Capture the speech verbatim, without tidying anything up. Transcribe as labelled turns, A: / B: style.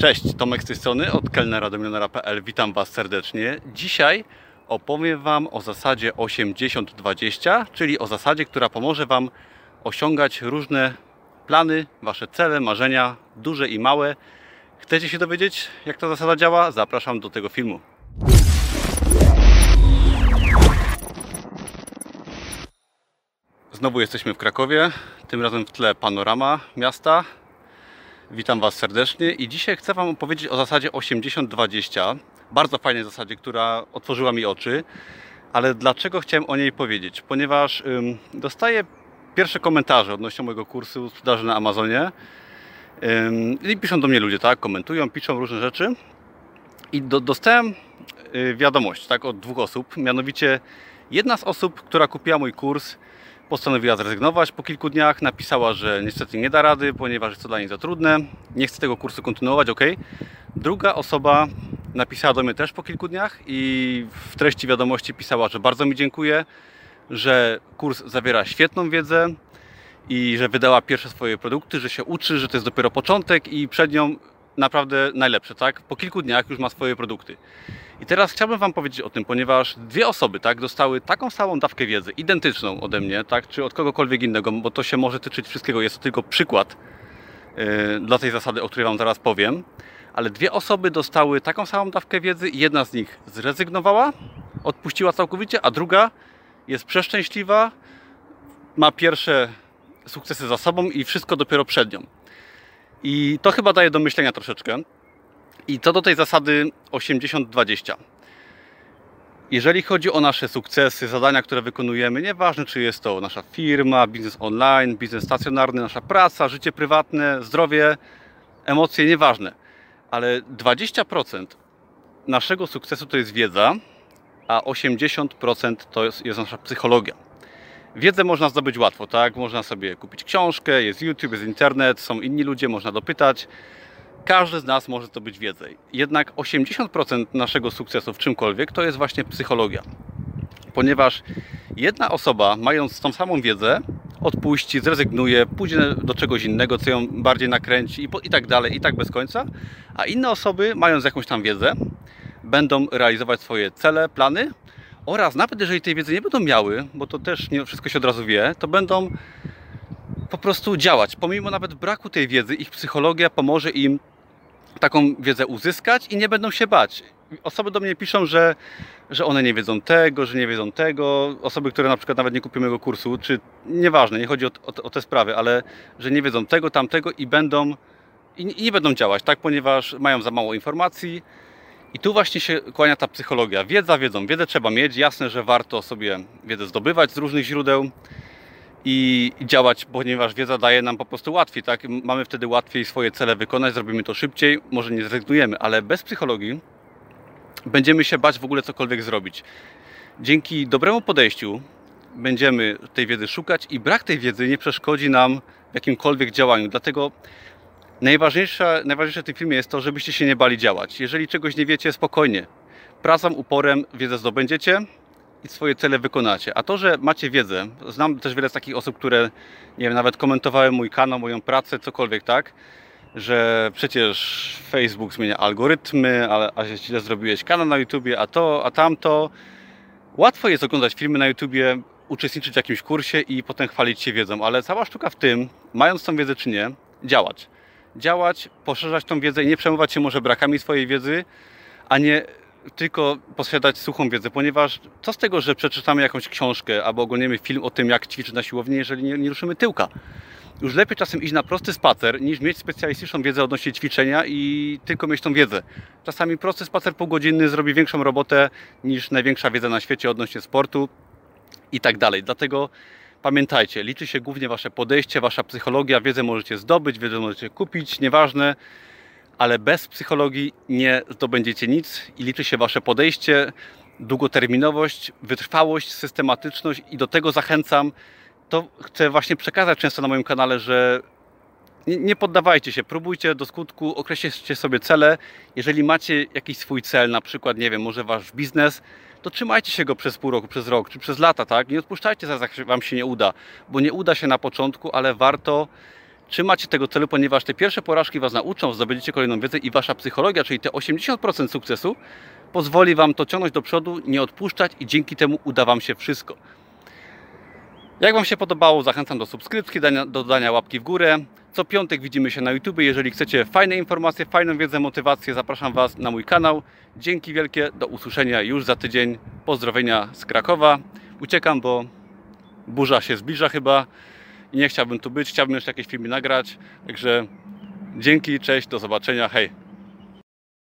A: Cześć, Tomek z tej strony, od kelnera do milionera kropka p l. Witam Was serdecznie. Dzisiaj opowiem Wam o zasadzie osiemdziesiąt dwadzieścia, czyli o zasadzie, która pomoże Wam osiągać różne plany, Wasze cele, marzenia, duże i małe. Chcecie się dowiedzieć, jak ta zasada działa? Zapraszam do tego filmu. Znowu jesteśmy w Krakowie, tym razem w tle panorama miasta. Witam Was serdecznie i dzisiaj chcę Wam opowiedzieć o zasadzie osiemdziesiąt dwadzieścia. Bardzo fajnej zasadzie, która otworzyła mi oczy. Ale dlaczego chciałem o niej powiedzieć? Ponieważ ym, dostaję pierwsze komentarze odnośnie mojego kursu sprzedaży na Amazonie. Ym, I piszą do mnie ludzie, tak? Komentują, piszą różne rzeczy. I do, dostałem y, wiadomość, tak? Od dwóch osób. Mianowicie jedna z osób, która kupiła mój kurs, postanowiła zrezygnować po kilku dniach, napisała, że niestety nie da rady, ponieważ jest to dla niej za trudne, nie chce tego kursu kontynuować, ok. Druga osoba napisała do mnie też po kilku dniach i w treści wiadomości pisała, że bardzo mi dziękuję, że kurs zawiera świetną wiedzę i że wydała pierwsze swoje produkty, że się uczy, że to jest dopiero początek i przed nią naprawdę najlepsze, tak? Po kilku dniach już ma swoje produkty. I teraz chciałbym Wam powiedzieć o tym, ponieważ dwie osoby, tak, dostały taką samą dawkę wiedzy, identyczną ode mnie, tak, czy od kogokolwiek innego, bo to się może tyczyć wszystkiego, jest to tylko przykład yy, dla tej zasady, o której Wam zaraz powiem, ale dwie osoby dostały taką samą dawkę wiedzy i jedna z nich zrezygnowała, odpuściła całkowicie, a druga jest przeszczęśliwa, ma pierwsze sukcesy za sobą i wszystko dopiero przed nią. I to chyba daje do myślenia troszeczkę. I co do tej zasady osiemdziesiąt dwadzieścia. Jeżeli chodzi o nasze sukcesy, zadania, które wykonujemy, nieważne czy jest to nasza firma, biznes online, biznes stacjonarny, nasza praca, życie prywatne, zdrowie, emocje, nieważne. Ale dwadzieścia procent naszego sukcesu to jest wiedza, a osiemdziesiąt procent to jest, jest nasza psychologia. Wiedzę można zdobyć łatwo, tak? Można sobie kupić książkę, jest YouTube, jest internet, są inni ludzie, można dopytać. Każdy z nas może zdobyć wiedzę. Jednak osiemdziesiąt procent naszego sukcesu w czymkolwiek to jest właśnie psychologia. Ponieważ jedna osoba, mając tą samą wiedzę, odpuści, zrezygnuje, pójdzie do czegoś innego, co ją bardziej nakręci i, po, i tak dalej, i tak bez końca. A inne osoby, mając jakąś tam wiedzę, będą realizować swoje cele, plany oraz nawet jeżeli tej wiedzy nie będą miały, bo to też nie wszystko się od razu wie, to będą po prostu działać. Pomimo nawet braku tej wiedzy, ich psychologia pomoże im taką wiedzę uzyskać i nie będą się bać. Osoby do mnie piszą, że, że one nie wiedzą tego, że nie wiedzą tego. Osoby, które na przykład nawet nie kupiły mojego kursu, czy nieważne, nie chodzi o, o, o te sprawy, ale że nie wiedzą tego, tamtego i będą i nie będą działać, tak, ponieważ mają za mało informacji. I tu właśnie się kłania ta psychologia. Wiedza, wiedzą, wiedzę trzeba mieć. Jasne, że warto sobie wiedzę zdobywać z różnych źródeł i działać, ponieważ wiedza daje nam po prostu łatwiej, tak? Mamy wtedy łatwiej swoje cele wykonać, zrobimy to szybciej, może nie zrezygnujemy, ale bez psychologii będziemy się bać w ogóle cokolwiek zrobić. Dzięki dobremu podejściu będziemy tej wiedzy szukać i brak tej wiedzy nie przeszkodzi nam w jakimkolwiek działaniu. Dlatego najważniejsze, najważniejsze w tym filmie jest to, żebyście się nie bali działać. Jeżeli czegoś nie wiecie, spokojnie. Pracą, uporem wiedzę zdobędziecie i swoje cele wykonacie. A to, że macie wiedzę, znam też wiele z takich osób, które, nie wiem, nawet komentowały mój kanał, moją pracę, cokolwiek, tak, że przecież Facebook zmienia algorytmy, a, a źle zrobiłeś kanał na YouTubie, a to, a tamto. Łatwo jest oglądać filmy na YouTubie, uczestniczyć w jakimś kursie i potem chwalić się wiedzą, ale cała sztuka w tym, mając tą wiedzę czy nie, działać. Działać, poszerzać tą wiedzę i nie przejmować się może brakami swojej wiedzy, a nie tylko posiadać suchą wiedzę, ponieważ co z tego, że przeczytamy jakąś książkę albo oglądamy film o tym, jak ćwiczyć na siłowni, jeżeli nie, nie ruszymy tyłka. Już lepiej czasem iść na prosty spacer, niż mieć specjalistyczną wiedzę odnośnie ćwiczenia i tylko mieć tą wiedzę. Czasami prosty spacer półgodzinny zrobi większą robotę niż największa wiedza na świecie odnośnie sportu i tak dalej. Dlatego pamiętajcie, liczy się głównie Wasze podejście, Wasza psychologia, wiedzę możecie zdobyć, wiedzę możecie kupić, nieważne, ale bez psychologii nie zdobędziecie nic i liczy się Wasze podejście, długoterminowość, wytrwałość, systematyczność i do tego zachęcam. To chcę właśnie przekazać często na moim kanale, że nie, nie poddawajcie się, próbujcie do skutku, określcie sobie cele. Jeżeli macie jakiś swój cel, na przykład, nie wiem, może Wasz biznes, to trzymajcie się go przez pół roku, przez rok, czy przez lata, tak? Nie odpuszczajcie zaraz, jak Wam się nie uda, bo nie uda się na początku, ale warto trzymacie tego celu, ponieważ te pierwsze porażki Was nauczą, zdobędziecie kolejną wiedzę i Wasza psychologia, czyli te osiemdziesiąt procent sukcesu, pozwoli Wam to ciągnąć do przodu, nie odpuszczać i dzięki temu uda Wam się wszystko. Jak Wam się podobało, zachęcam do subskrypcji, do dania łapki w górę. Co piątek widzimy się na YouTube. Jeżeli chcecie fajne informacje, fajną wiedzę, motywację, zapraszam Was na mój kanał. Dzięki wielkie, do usłyszenia już za tydzień. Pozdrowienia z Krakowa. Uciekam, bo burza się zbliża chyba i nie chciałbym tu być. Chciałbym jeszcze jakieś filmy nagrać. Także dzięki, cześć, do zobaczenia, hej.